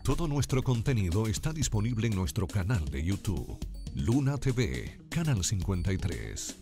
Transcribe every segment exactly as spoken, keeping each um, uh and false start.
Todo nuestro contenido está disponible en nuestro canal de YouTube, Luna T V, Canal cincuenta y tres.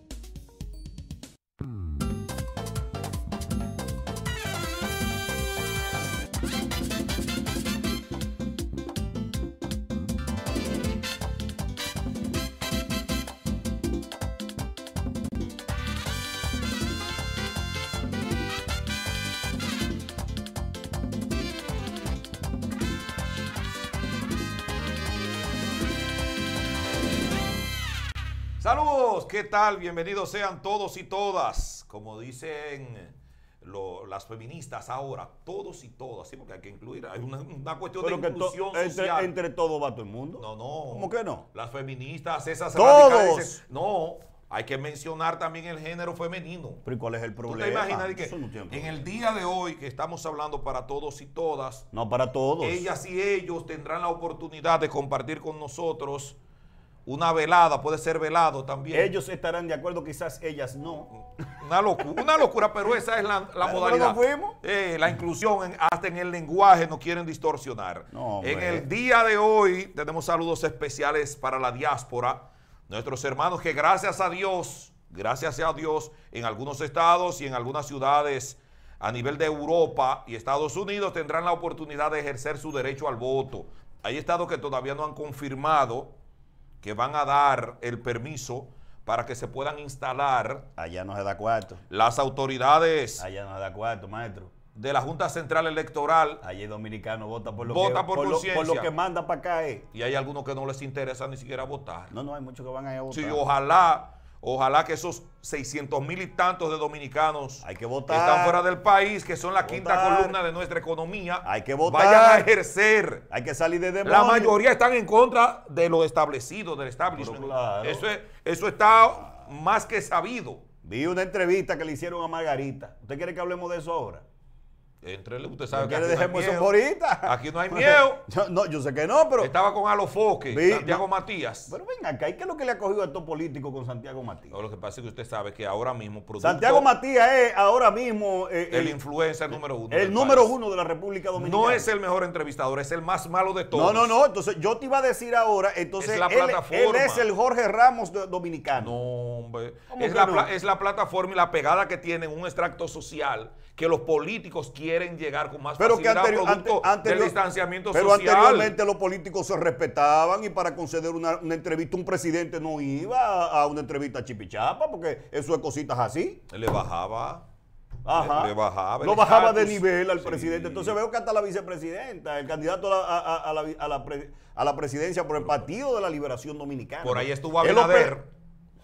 Saludos, ¿qué tal? Bienvenidos sean todos y todas. Como dicen lo, las feministas ahora, todos y todas, sí, porque hay que incluir, hay una, una cuestión Pero de inclusión to, social. Entre, entre todos va todo el mundo. No, no. ¿Cómo que no? Las feministas, esas ¡Todos! radicales, no, hay que mencionar también el género femenino. Pero ¿y cuál es el problema? ¿Tú te imaginas de que Eso no tiene en problema. el día de hoy que estamos hablando para todos y todas, No para todos. ellas y ellos tendrán la oportunidad de compartir con nosotros una velada, puede ser velado también. Ellos estarán de acuerdo, quizás ellas no. Una locura, una locura, pero esa es la, la Pero modalidad. no fuimos. Eh, la inclusión, en- hasta en el lenguaje no quieren distorsionar. No, hombre. En el día de hoy tenemos saludos especiales para la diáspora, nuestros hermanos que gracias a Dios, gracias a Dios, en algunos estados y en algunas ciudades a nivel de Europa y Estados Unidos tendrán la oportunidad de ejercer su derecho al voto. Hay estados que todavía no han confirmado que van a dar el permiso para que se puedan instalar. Allá no se da cuarto. Las autoridades Allá no se da cuarto, maestro. de la Junta Central Electoral, Allí el dominicano vota por lo Vota que, por lo, por conciencia. lo que manda para acá. Eh. y hay algunos que no les interesa ni siquiera votar. No, no, hay muchos que van a ir a votar. Sí, ojalá, ojalá que esos seiscientos mil y tantos de dominicanos Hay que que votar. están fuera del país, que son la quinta Votar. columna de nuestra economía, Hay que votar. vayan a ejercer. Hay que salir de demonio. La mayoría están en contra de lo establecido, del establishment. Pero claro. Eso, es- eso está más que sabido. Vi una entrevista que le hicieron a Margarita. ¿Usted quiere que hablemos de eso ahora? Entrele, usted sabe que ¿Quiere aquí no hay dejemos eso miedo. por ahorita? Aquí no hay miedo. Yo, no, yo sé que no, pero... Estaba con Alofoque, Vi- Santiago no. Matías. Pero venga acá, ¿y qué es lo que le ha cogido a estos políticos con Santiago Matías? No, lo que pasa es que usted sabe que ahora mismo producto Santiago Matías es ahora mismo eh, el el, influencer número uno. el del número país. uno de la República Dominicana. No es el mejor entrevistador, es el más malo de todos. No, no, no. Entonces yo te iba a decir ahora, entonces Es la él, plataforma. él es el Jorge Ramos de- dominicano. No, hombre. ¿Cómo Es que la, no? pla- es la plataforma y la pegada que tienen un extracto social que los políticos quieren llegar con más Pero que facilidad anterior- producto ante- anterior- del distanciamiento pero social. anteriormente los políticos se respetaban y para conceder una, una entrevista un presidente no iba a, a una entrevista chipichapa porque eso es cositas así. Le bajaba. Ajá. Le, le bajaba. el Lo bajaba de estatus. nivel al Sí. presidente. Entonces veo que hasta la vicepresidenta, el candidato a la, a- a- a la, a la pre- a la presidencia por el Partido de la Liberación Dominicana. Por ahí estuvo Él lo Abinader. pe-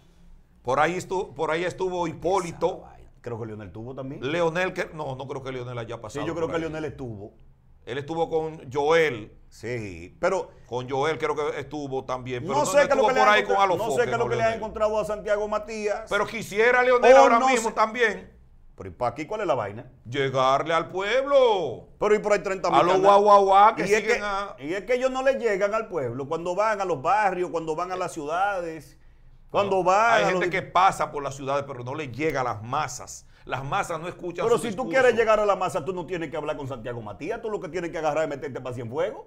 Por ahí estuvo, por ahí estuvo Hipólito. Creo que Leonel tuvo también. Leonel, que no, no creo que Leonel haya Sí, pasado. yo creo por que ahí. Leonel estuvo. Él estuvo con Joel. Sí, pero Con Joel creo que estuvo también. Pero no sé qué es lo estuvo que le por ha ahí con encontrado, no Alofoque, sé qué es lo que le ha Leonel. encontrado a Santiago Matías. Pero quisiera Leonel Oh, ahora no mismo sé. también Pero ¿y para aquí cuál es la vaina? llegarle al pueblo. Pero y por ahí treinta mil A los canales. guau, guau, guau que y, es siguen que, a- y es que ellos no le llegan al pueblo cuando van a los barrios, cuando van a las ciudades, cuando No, van Hay a gente los- que pasa por las ciudades, pero no le llega a las masas. Las masas no escuchan Pero su si tú discurso. quieres llegar a la masa, tú no tienes que hablar con Santiago Matías, tú lo que tienes que agarrar es meterte para Cienfuegos.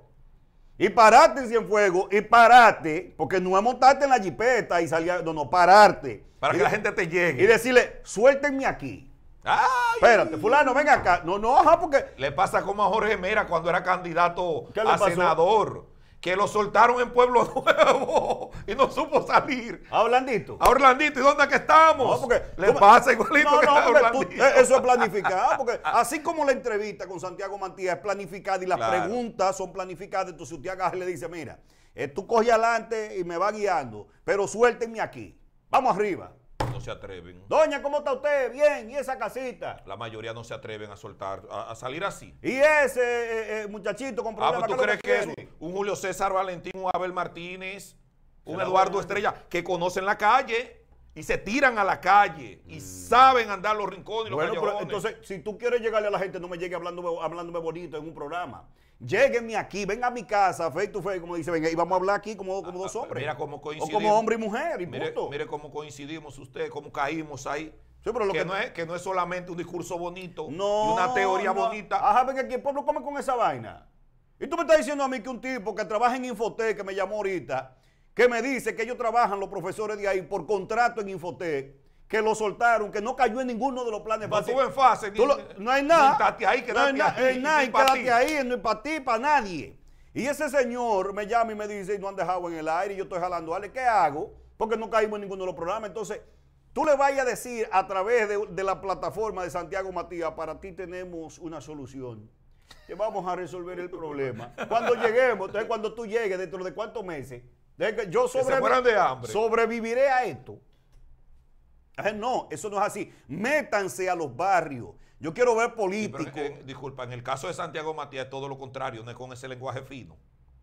Y pararte en Cienfuegos, y pararte, porque no es montarte en la jipeta y salir, a- no, no, pararte. Para y que la de- gente te llegue. Y decirle, suéltenme aquí. ¡Ay! Espérate, fulano, ven acá. No, no, ajá, porque... Le pasa como a Jorge Mera cuando era candidato ¿Qué le a pasó? senador, que lo soltaron en Pueblo Nuevo y no supo salir. ¿A Orlandito? A Orlandito, ¿y dónde es que estamos? No, porque Le tú me- pasa igualito No, que no, a porque tú- Orlandito. eh, eso es planificado, porque así como la entrevista con Santiago Matías es planificada y las Claro. preguntas son planificadas, entonces usted agarra y le dice, mira, eh, tú coge adelante y me va guiando, pero suéltenme aquí, vamos arriba. No se atreven. Doña, ¿cómo está usted? Bien, ¿y esa casita? La mayoría no se atreven a soltar, a, a salir así. ¿Y ese eh, eh, muchachito con Ah, problemas? pues tú ¿qué crees es que lo es tiene? un Julio César Valentín, un Abel Martínez, un la Eduardo buena. Estrella, que conocen la calle y se tiran a la calle y saben andar los rincones y los Bueno, pero callejones. entonces, si tú quieres llegarle a la gente, no me llegue hablándome, hablándome bonito en un programa. Lléguenme aquí, venga a mi casa, face to face, como dice, venga, y vamos a hablar aquí como, como dos hombres. Mira cómo o coincidimos. como hombre y mujer, y Mire, punto. mire cómo coincidimos usted, cómo caímos ahí. Sí, pero lo que, que- no es, que no es solamente un discurso bonito No, y una teoría no. bonita. Ajá, venga aquí, el pueblo come con esa vaina. Y tú me estás diciendo a mí que un tipo que trabaja en Infotec, que me llamó ahorita, que me dice que ellos trabajan, los profesores de ahí, por contrato en Infotec, que lo soltaron, que no cayó en ninguno de los planes No fáciles. estuvo en fase. Tú lo- no hay nada. Ahí, no hay na- ahí, hay nada, ni y pa' quédate ti. ahí, no es para ti, para nadie. Y ese señor me llama y me dice, y no han dejado en el aire, y yo estoy jalando, ¿vale? ¿Qué hago? Porque no caímos en ninguno de los programas. Entonces, tú le vayas a decir a través de, de la plataforma de Santiago Matías, para ti tenemos una solución, que vamos a resolver el problema. Cuando lleguemos, entonces cuando tú llegues, dentro de cuántos meses, de que yo se sobrevi- mueran de hambre. sobreviviré a esto. Eh, No, eso no es así. Métanse a los barrios. Yo quiero ver Sí, políticos. pero, eh, disculpa, en el caso de Santiago Matías es todo lo contrario, no es con ese lenguaje fino.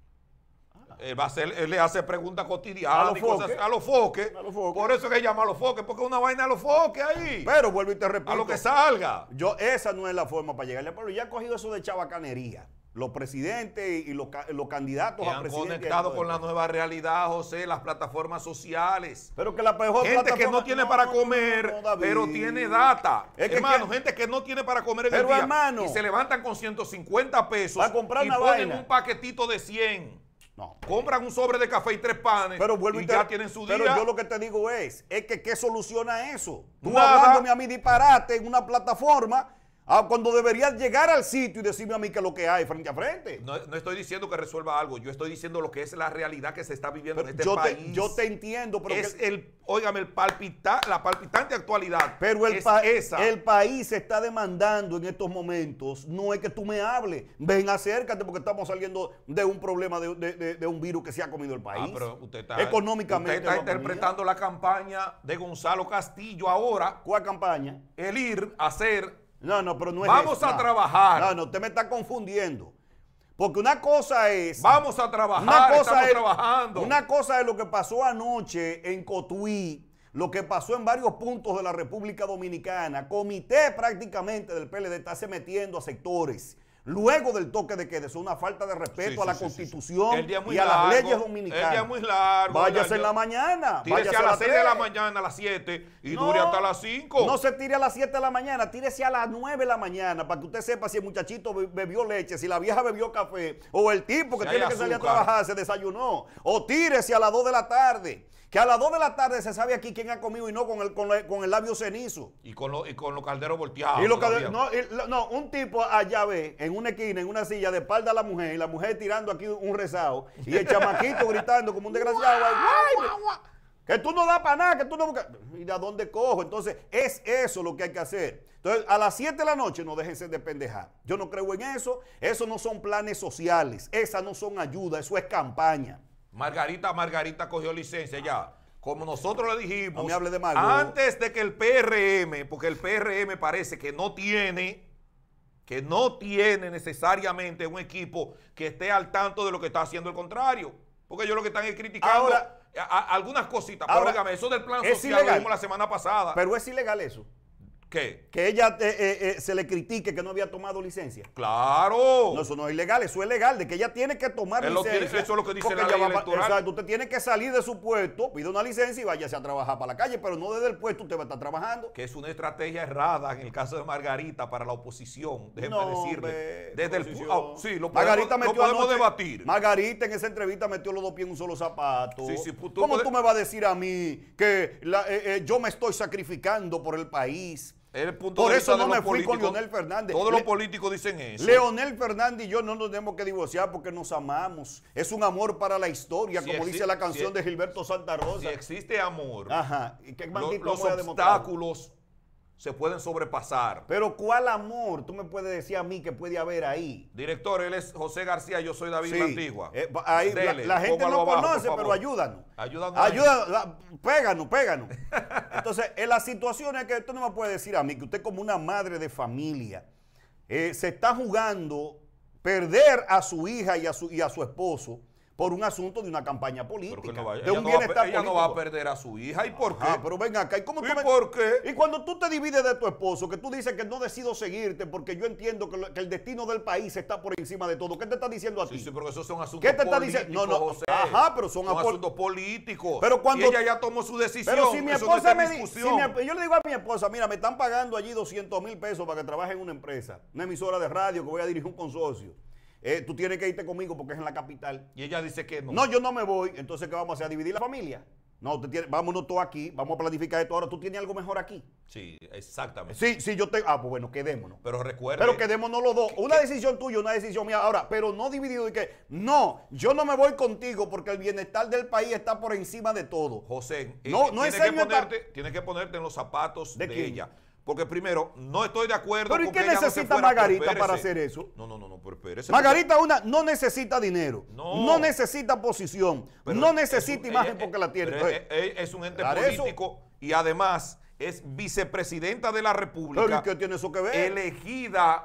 Él, va a hacer, él le hace preguntas A cotidianas los y cosas foques. a los foques. A los foques. Por eso es que llama a los foques, porque es una vaina a los foques ahí. Pero vuelvo y te repito. a lo que salga. Yo, esa no es la forma para llegarle al pueblo. Ya he cogido eso de chabacanería. Los presidentes y los, ca- los candidatos Que a han presidente. conectado con la nueva realidad, José, las plataformas sociales. Pero que la mejor Gente que plataforma- no tiene para no, comer, no, no, David. pero tiene data. Es que hermano, que- gente que no tiene para comer en Pero, el día. hermano. Y se levantan con ciento cincuenta pesos Va a comprar y una ponen vaina. un paquetito de cien. No. Compran un sobre de café y tres panes Pero vuelvo y y te- ya tienen su Pero día. yo lo que te digo es, es que ¿qué soluciona eso? Tú Nada. hablándome a mí disparate en una plataforma, ah, cuando deberías llegar al sitio y decirme a mí que es lo que hay frente a frente. No, no estoy diciendo que resuelva algo, yo estoy diciendo lo que es la realidad que se está viviendo Pero en este yo, país. te, yo te entiendo, pero, es que- el, óigame, el palpita, la palpitante actualidad. pero el, es pa- esa. el país se está demandando en estos momentos. No es que tú me hables. Ven, acércate porque estamos saliendo de un problema de, de- de- de un virus que se ha comido el país. Ah, pero usted está, Económicamente. usted está la economía. interpretando la campaña de Gonzalo Castillo ahora, ¿Cuál campaña? el ir a hacer. No, no, pero no es Vamos eso, a no. trabajar. No, no, usted me está confundiendo. Porque una cosa es... Vamos a trabajar, Una cosa, estamos es, trabajando. una cosa es lo que pasó anoche en Cotuí, lo que pasó en varios puntos de la República Dominicana. Comité prácticamente del P L D está se metiendo a sectores. Luego del toque de queda, es una falta de respeto Sí, a la sí, sí, sí, sí. Constitución El día es muy y a largo, las leyes El dominicanas. día es muy largo. Váyase ya, en ya. la mañana. Tírese váyase a las seis de la tres. mañana, a las siete y No, dure hasta las cinco. No se tire a las siete de la mañana, tírese a las nueve de la mañana para que usted sepa si el muchachito be- bebió leche, si la vieja bebió café o el tipo que Si tiene hay que salir a azúcar. trabajar se desayunó. O tírese a las dos de la tarde. Que a las dos de la tarde se sabe aquí quién ha comido y no con el, con el, con el labio cenizo. Y con, lo- y con los calderos volteados. y lo que, todavía. no, y lo- no, un tipo allá ve, en una esquina, en una silla, de espalda a la mujer, y la mujer tirando aquí un rezado, y el chamaquito gritando como un desgraciado. "Ay, guay, que tú no das para nada, que tú no buscas. ¿Y de dónde cojo? Entonces, es eso lo que hay que hacer. Entonces, a las siete de la noche no déjense de pendejar. Yo no creo en eso. Eso no son planes sociales. Esas no son ayudas. Eso es campaña. Margarita, Margarita cogió licencia ya. Como nosotros le dijimos, No me hable de Margot. antes de que el P R M, porque el P R M parece que no tiene, que no tiene necesariamente un equipo que esté al tanto de lo que está haciendo el contrario. Porque ellos lo que están es criticando Ahora- a- a- algunas cositas. ahora, Pero óigame, eso del plan es social lo ilegal. vimos la semana pasada. Pero es ilegal eso. ¿Qué? Que ella eh, eh, eh, se le critique que no había tomado licencia. Claro. No, eso no es ilegal, eso es legal, de que ella tiene que tomar Es lo que- licencia. eso es lo que dice porque la ella ley va pa- electoral. Exacto, usted tiene que salir de su puesto, pide una licencia y váyase a trabajar para la calle, pero no desde el puesto usted va a estar trabajando. Que es una estrategia errada en el caso de Margarita para la oposición. Déjeme No, decirle. hombre, Desde el oposición. pu- ah, sí, lo podemos, Margarita lo metió podemos anoche- debatir. Margarita en esa entrevista metió los dos pies en un solo zapato. Sí, sí, tú ¿Cómo puedes- tú me vas a decir a mí que la- eh, eh, yo me estoy sacrificando por el país? Es el punto Por de eso vista no de me los fui con políticos. Leonel Fernández. Todos los Le- políticos dicen eso. Leonel Fernández y yo no nos tenemos que divorciar porque nos amamos. Es un amor para la historia, Si como exi- dice la canción si- de Gilberto Santa Rosa. Si existe amor, Ajá. ¿Y qué lo- maldito los amor ha demostrado? obstáculos se pueden sobrepasar. Pero ¿cuál amor? Tú me puedes decir a mí que puede haber ahí. Director, él es José García, yo soy David Sí. La Antigua. Eh, va- ahí, la, Dele, la gente póngalo no abajo, conoce, por pero favor. ayúdanos. Ayúdanos ahí. Ayúdanos, la- péganos, péganos. Entonces, en las situaciones que usted no me puede decir a mí, que usted como una madre de familia, eh, se está jugando perder a su hija y a su, y a su esposo por un asunto de una campaña política, Pero que no va- de ella, un no va, a bienestar per- ella no político. va a perder a su hija. ¿Y por qué? Ah, pero ven acá, ¿y cómo tú ¿Y me- por qué? Y cuando tú te divides de tu esposo, que tú dices que no decido seguirte porque yo entiendo que, lo- que el destino del país está por encima de todo, ¿qué te está diciendo a ti? Sí, sí, pero esos son asuntos ¿Qué te está políticos, diciendo? No, no, José. ajá, pero son apol- asuntos políticos. Pero cuando- y ella ya tomó su decisión. Pero si mi eso no esposa está en me dice, discusión. yo le digo a mi esposa, mira, me están pagando allí doscientos mil pesos para que trabaje en una empresa, una emisora de radio que voy a dirigir un consorcio. eh, tú tienes que irte conmigo porque es en la capital. Y ella dice que no. No, yo no me voy. Entonces, ¿qué vamos a hacer? ¿A dividir la familia? No, usted tiene, vámonos todos aquí, vamos a planificar esto. Ahora, ¿tú tienes algo mejor aquí? Sí, exactamente. Sí, sí, yo te... Ah, pues bueno, quedémonos. Pero recuerde... Pero quedémonos los dos. Una decisión tuya, una decisión mía. Ahora, pero no dividido y que, no, yo no me voy contigo porque el bienestar del país está por encima de todo. José, No, eh, no es tienes, que señor, ponerte, tienes que ponerte en los zapatos ¿De de, quién? ella. Porque primero, no estoy de acuerdo Pero ¿y con qué que ella no se necesita fuera, pero Margarita espérese. para hacer eso? No, no, no, no, pero espérese. Margarita una no necesita dinero, No. no, necesita posición, Pero no es necesita un- imagen ella- porque la tiene. pero Entonces, es, es- es un ente dar eso. político y además es vicepresidenta de la República. pero ¿y qué tiene eso que ver? Elegida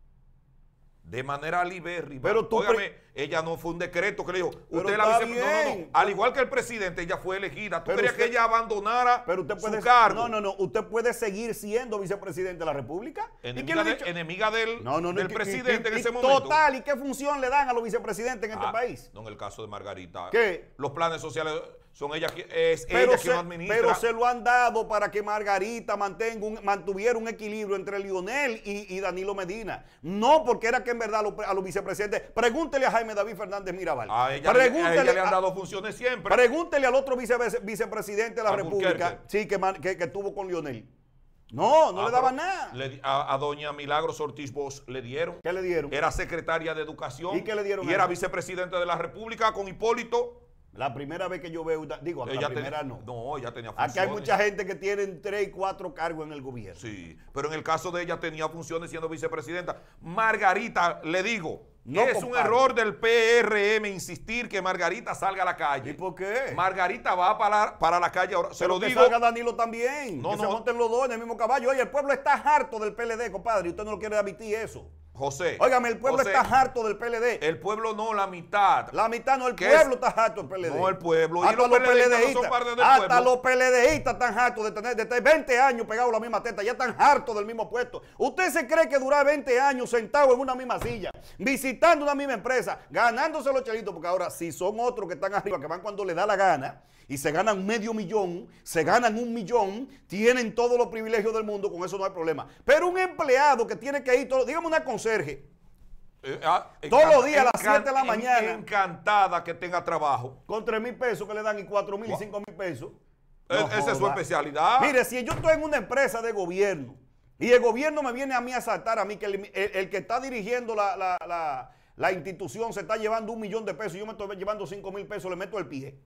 de manera libérrima. Pero tú Óigame, pre- ella no fue un decreto que le dijo, Pero usted la está vice... No, no, no. bien. Al igual que el presidente, ella fue elegida. ¿Tú Pero querías usted- que ella abandonara Pero usted puede su cargo? No, no, no, usted puede seguir siendo vicepresidente de la República. ¿Y quién Enemiga, le ha de- dicho? enemiga del, No, no, no, del y- y- presidente y- en y ese momento. Total, ¿y qué función le dan a los vicepresidentes en Ah, este país? No, en el caso de Margarita. ¿Qué? Los planes sociales son ella, qui- es Pero ella se, quien lo administra. pero se lo han dado para que Margarita mantenga un, mantuviera un equilibrio entre Lionel y, y Danilo Medina. No porque era que en verdad lo- a los vicepresidentes. Pregúntele a Jaime David Fernández Mirabal. a ella, le- a Pregúntele ella le han a- dado funciones siempre. Pregúntele al otro vice- vicepresidente de la Alburquerque. República, sí, que, man- que, que estuvo con Lionel. No, no Ah, le daban pero nada. le di- a, a doña Milagros Ortiz Bosch le dieron. ¿Qué le dieron? Era secretaria de Educación. ¿Y qué le dieron Y a era ella? vicepresidente de la República con Hipólito. La primera vez que yo veo, digo, la Ella primera tenía- no. No, ella tenía funciones. Aquí hay mucha gente que tienen tres y cuatro cargos en el gobierno. Sí, pero en el caso de ella tenía funciones siendo vicepresidenta. Margarita, le digo, No es un compare. error del P R M insistir que Margarita salga a la calle. ¿Y por qué? Margarita va para la, para la calle ahora. Se Pero lo que digo. salga Danilo también. No, que no. se monten los dos en el mismo caballo. Oye, el pueblo está harto del P L D, compadre. Y usted no lo quiere admitir eso. José. Óigame, el pueblo José, está harto del P L D. El pueblo no, la mitad. La mitad no, el ¿Qué pueblo es? está harto del P L D. No, el pueblo. Y Hasta los los PLDistas no PLDistas. son parte del Hasta pueblo. los PLDistas están hartos de tener, de tener veinte años pegados a la misma teta. Ya están hartos del mismo puesto. ¿Usted se cree que durar veinte años sentado en una misma silla, visitando una misma empresa, ganándose los chelitos? Porque ahora, si son otros que están arriba, que van cuando les da la gana, y se ganan medio millón, se ganan un millón, tienen todos los privilegios del mundo, con eso no hay problema. Pero un empleado que tiene que ir, todo, dígame una conserje, Eh, ah, Todos encanta- los días a las encan- siete de la en- mañana. Encantada que tenga trabajo. con tres mil pesos que le dan y cuatro mil y cinco mil pesos. Es- No esa es su joda. especialidad. Mire, si yo estoy en una empresa de gobierno y el gobierno me viene a mí a saltar a mí que el, el- el que está dirigiendo la, la- la- la institución se está llevando un millón de pesos y yo me estoy llevando cinco mil pesos, le meto el pie.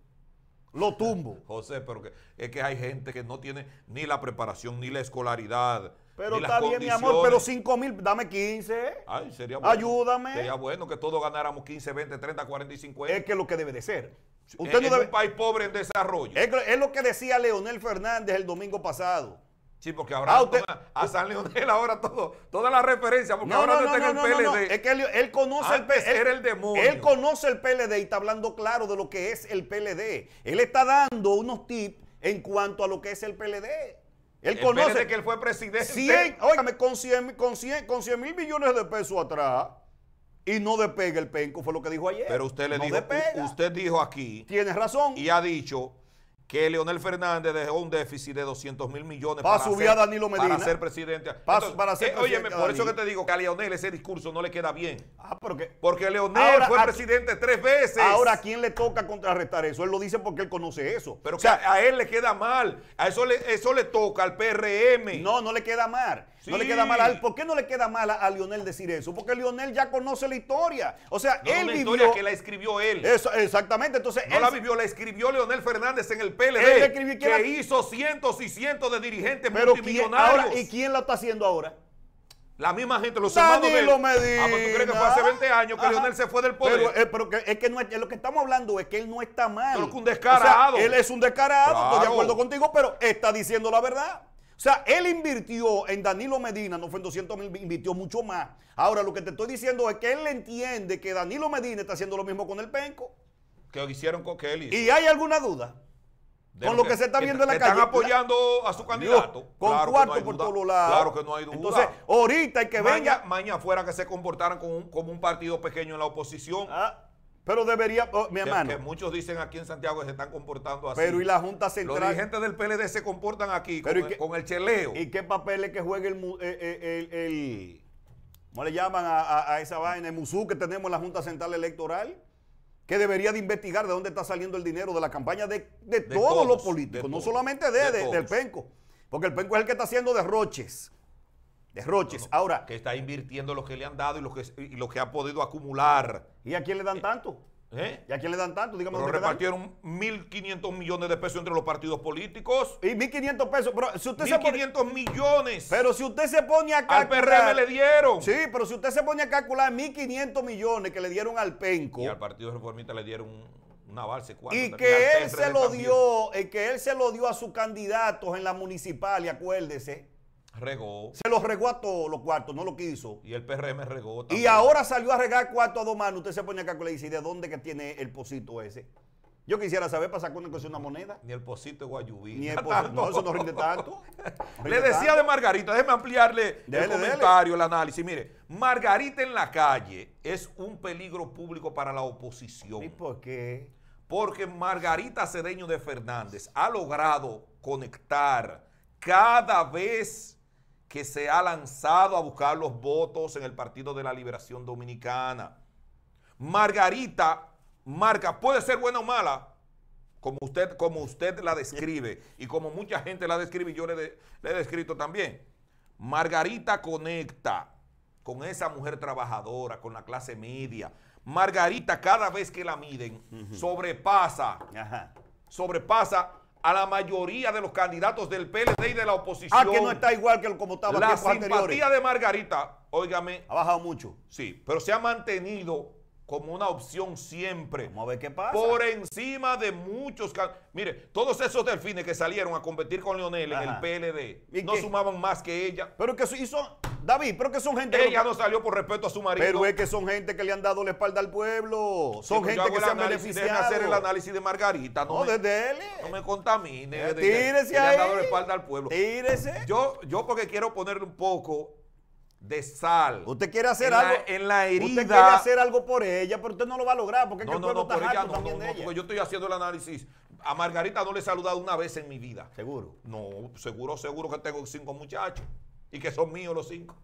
Lo tumbo. José, pero que, es que hay gente que no tiene ni la preparación, ni la escolaridad. Pero ni las está bien, mi amor, condiciones. pero cinco mil, dame quince. Ay, sería bueno. Ayúdame. Sería bueno que todos ganáramos quince, veinte, treinta, cuarenta y cincuenta. Es que es lo que debe de ser. en, Usted no en debe. un país pobre en desarrollo. Es, es lo que decía Leonel Fernández el domingo pasado. Sí, porque ahora Ah, usted- a, a San Leonel ahora todo, toda la referencia, porque No, ahora no, no, no, está no, en no, el no, P no. L D. Es que él, él conoce el, Antes P- él- era el demonio. Él conoce el P L D y está hablando claro de lo que es el P L D. Él está dando unos tips en cuanto a lo que es el P L D. Él el conoce. P L D que él fue presidente. cien, óigame, con cien, con, cien, con cien mil millones de pesos atrás y no despega el penco, fue lo que dijo ayer. Pero usted le no dijo, despega. usted dijo aquí Tienes razón. y ha dicho que Leonel Fernández dejó un déficit de doscientos mil millones Pa' para, subir ser, a Danilo Medina. para ser presidente. Pa- para ser eh, óyeme, presidente a por eso que Danilo. te digo que a Leonel ese discurso no le queda bien. Ah, pero que. Porque Leonel Ahora, fue a- presidente tres veces. Ahora, ¿a quién le toca contrarrestar eso? Él lo dice porque él conoce eso. Pero O sea, que a, a él le queda mal. A eso le, eso le toca al P R M. no, no le queda mal. No le Sí. queda mal a él. ¿Por qué no le queda mal a, a Lionel decir eso? Porque Lionel ya conoce la historia. O sea, No, él una vivió. historia que la escribió él. Eso, exactamente. Entonces, No él, la vivió, la escribió Leonel Fernández en el P L Él D, escribió, que ¿quién la- hizo cientos y cientos de dirigentes pero ¿quién, multimillonarios. ahora, ¿y quién la está haciendo ahora? La misma gente, los hermanos de él. Danilo Medina. Ah, pues tú crees que fue hace veinte años que Ajá. Leonel se fue del poder. Pero, eh, pero que, es que no es, lo que estamos hablando es que él no está mal. Pero que un descarado. O sea, él es un descarado, estoy de Claro. acuerdo contigo, pero está diciendo la verdad. O sea, él invirtió en Danilo Medina, no fue en doscientos mil, invirtió mucho más. Ahora, lo que te estoy diciendo es que él entiende que Danilo Medina está haciendo lo mismo con el penco. Que hicieron con que él hizo. ¿Y hay alguna duda? De Con lo que se está viendo en la que calle. Están apoyando a su candidato. Dios, con Claro que cuarto no hay por duda. todos lados. Claro que no hay duda. Entonces, ahorita hay que maña, venga. maña fuera que se comportaran como un, como un partido pequeño en la oposición. Ah, pero debería, oh, mi que, hermano. que muchos dicen aquí en Santiago que se están comportando así. Pero y la Junta Los Central. dirigentes del P L D se comportan aquí Pero con, ¿y qué- con el cheleo. ¿Y qué papel es que juegue el, mu- eh, eh, el, el- ¿Cómo le llaman a, a, a esa vaina? El musú que tenemos en la Junta Central Electoral, que debería de investigar de dónde está saliendo el dinero de la campaña de, de, de todos, todos los políticos, de no todos, solamente de, de, de del Penco, porque el Penco es el que está haciendo derroches. Derroches. No, no, Ahora. Que está invirtiendo lo que le han dado y lo que, y lo que ha podido acumular. ¿Y a quién le dan eh, tanto? ¿Eh? ¿Y a quién le dan tanto? Dígame. Pero repartieron mil quinientos millones de pesos entre los partidos políticos. Y mil quinientos pesos. Pero si usted mil quinientos se pone, millones. Pero si usted se pone a calcular. Al P R M le dieron. Sí, pero si usted se pone a calcular mil quinientos millones que le dieron al Penco. Y al Partido Reformista le dieron una balsa. Y que él se lo dio, y que él se lo dio a sus candidatos en la municipal, y acuérdese. Regó. Se los regó a todos los cuartos, no lo quiso. Y el P R M regó también. Y ahora salió a regar cuartos a dos manos. Usted se pone a calcular y dice, ¿de dónde que tiene el pocito ese? Yo quisiera saber para sacar una, una moneda. Ni el pocito de Guayubí. Ni el pocito, no, eso no rinde tanto. No rinde Le decía tanto. de Margarita, déjeme ampliarle dele, el comentario, dele. el análisis. Mire, Margarita en la calle es un peligro público para la oposición. ¿Y por qué? Porque Margarita Cedeño de Fernández ha logrado conectar cada vez que se ha lanzado a buscar los votos en el Partido de la Liberación Dominicana. Margarita marca, puede ser buena o mala, como usted, como usted la describe y como mucha gente la describe y yo le, de, le he descrito también. Margarita conecta con esa mujer trabajadora, con la clase media. Margarita, cada vez que la miden, uh-huh. sobrepasa, Ajá. sobrepasa a la mayoría de los candidatos del P L D y de la oposición. Ah, que no está igual que como estaba la tiempos anteriores. La simpatía de Margarita, óigame. Ha bajado mucho. Sí, pero se ha mantenido como una opción siempre. Vamos a ver qué pasa. Por encima de muchos. Mire, todos esos delfines que salieron a competir con Leonel Ajá. en el P L D no qué? sumaban más que ella. Pero que y son, David, pero que son gente. Ella no salió por respeto a su marido. Pero es que son gente que le han dado la espalda al pueblo. Son sí, gente que se han beneficiado. Déjeme hacer el análisis de Margarita. No, no me, desde él. No me contamine. De, tírese que, ahí. Que le han dado la espalda al pueblo. Tírese. Yo, yo porque quiero ponerle un poco de sal. Usted quiere hacer en algo. La, en la herida. Usted quiere hacer algo por ella, pero usted no lo va a lograr porque no, es que no, el pueblo no, está por ella, harto no, también no, de no, ella. porque yo estoy haciendo el análisis. A Margarita no le he saludado una vez en mi vida. ¿Seguro? No, seguro, seguro que tengo cinco muchachos y que son míos los cinco.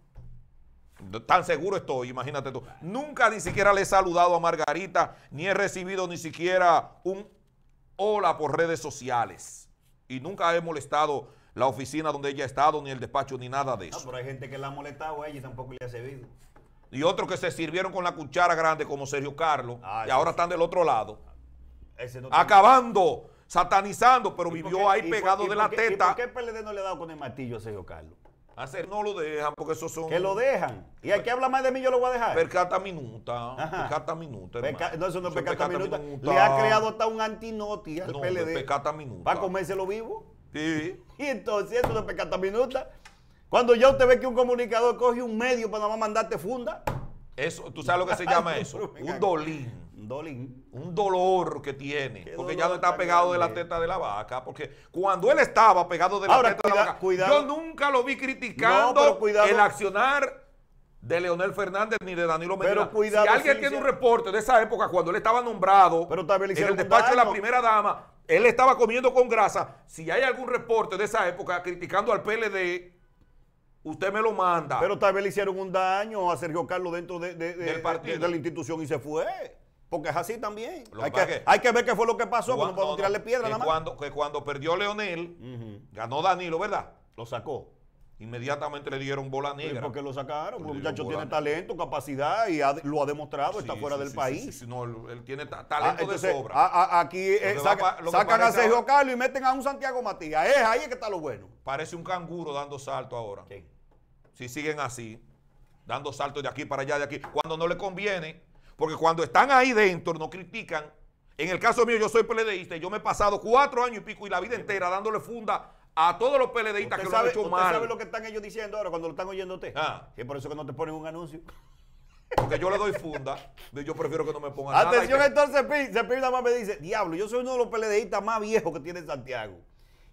Tan seguro estoy, imagínate tú. Nunca ni siquiera le he saludado a Margarita, ni he recibido ni siquiera un hola por redes sociales. Y nunca he molestado la oficina donde ella ha estado, ni el despacho, ni nada de eso. No, pero hay gente que la ha molestado a ella y tampoco le ha servido. Y otros que se sirvieron con la cuchara grande como Sergio Carlos, ah, y ahora sí. están del otro lado. Ese no acabando, satanizando, pero vivió qué, ahí pegado por, de la qué, teta. ¿Y por qué el P L D no le ha dado con el martillo a Sergio Carlos? Hacer, no lo dejan porque esos son... Que lo dejan. Y hay que hablar más de mí, yo lo voy a dejar. Percata minuta. Ajá. Percata minuta. Peca, no, eso no es pecata minuta. minuta. Le ha creado hasta un antinoti al no, P L D. Pecata minuta. ¿Para comérselo vivo? Sí. Y entonces eso no es pecata minuta. Cuando ya usted ve que un comunicador coge un medio para nada más mandarte funda. Eso, ¿tú sabes lo que se llama eso? Un dolín. Un dolín. Un dolor que tiene. Qué porque ya no está pegado grande. de la teta de la vaca. Porque cuando él estaba pegado de la Ahora, teta cuida, de la vaca, cuidado. yo nunca lo vi criticando no, el accionar de Leonel Fernández ni de Danilo Medina. Pero cuidado, si alguien sí, tiene sí. un reporte de esa época, cuando él estaba nombrado pero en el despacho de la primera dama, él estaba comiendo con grasa. Si hay algún reporte de esa época criticando al P L D, usted me lo manda. Pero tal vez le hicieron un daño a Sergio Carlos dentro de, de, de, del partido. de, de la institución y se fue. Porque es así también. Hay que, que, hay que ver qué fue lo que pasó, cuando, que no podemos no, tirarle piedra que nada más. Cuando, que cuando perdió Leonel, uh-huh. ganó Danilo, ¿verdad? Lo sacó. Inmediatamente le dieron bola negra. ¿Por qué lo sacaron? Porque el muchacho tiene talento, capacidad y ha, lo ha demostrado, sí, está fuera sí, del sí, país. Sí, sí, no, él, él tiene ta talento ah, entonces, de sobra. A, a, aquí eh, saca, pa, sacan a Sergio ahora, Carlos y meten a un Santiago Matías. Es ahí es que está lo bueno. Parece un canguro dando salto ahora. ¿Qué? Si siguen así, dando saltos de aquí para allá, de aquí, cuando no le conviene, porque cuando están ahí dentro no critican. En el caso mío, yo soy PLDista y yo me he pasado cuatro años y pico y la vida entera dándole funda a todos los PLDistas que sabe, lo han hecho ¿usted mal. ¿Usted sabe lo que están ellos diciendo ahora cuando lo están oyendo usted? Ah. Y es por eso que no te ponen un anuncio. Porque yo le doy funda, yo prefiero que no me pongan Atención, nada. entonces Cepín, Cepín nada más me dice, diablo, yo soy uno de los PLDistas más viejos que tiene Santiago.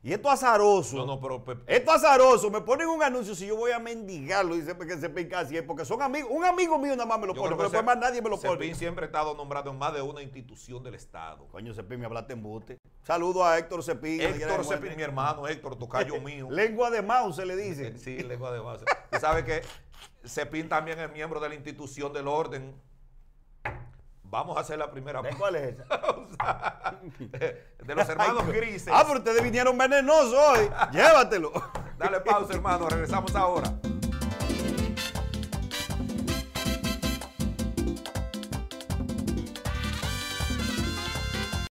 Y esto azaroso. No, no, pero... pe- Esto azaroso. Me ponen un anuncio si yo voy a mendigarlo. Dice que Cepín casi es porque son amigos. Un amigo mío nada más me lo yo pone, creo pero que después más nadie me lo Cepín pone. siempre ha estado nombrado en más de una institución del Estado. Coño, Cepín, me hablaste en bote. Saludo a Héctor Cepín. Héctor Cepín, mi hermano, Héctor, tocayo mío. Lengua de mouse se le dice. Sí, lengua de base. Tú sabes que Cepín también es miembro de la institución del orden. Vamos a hacer la primera ¿De cuál es esa? pausa. De los hermanos grises. Ah, pero ustedes vinieron venenosos hoy. Llévatelo. Dale pausa, hermano. Regresamos ahora.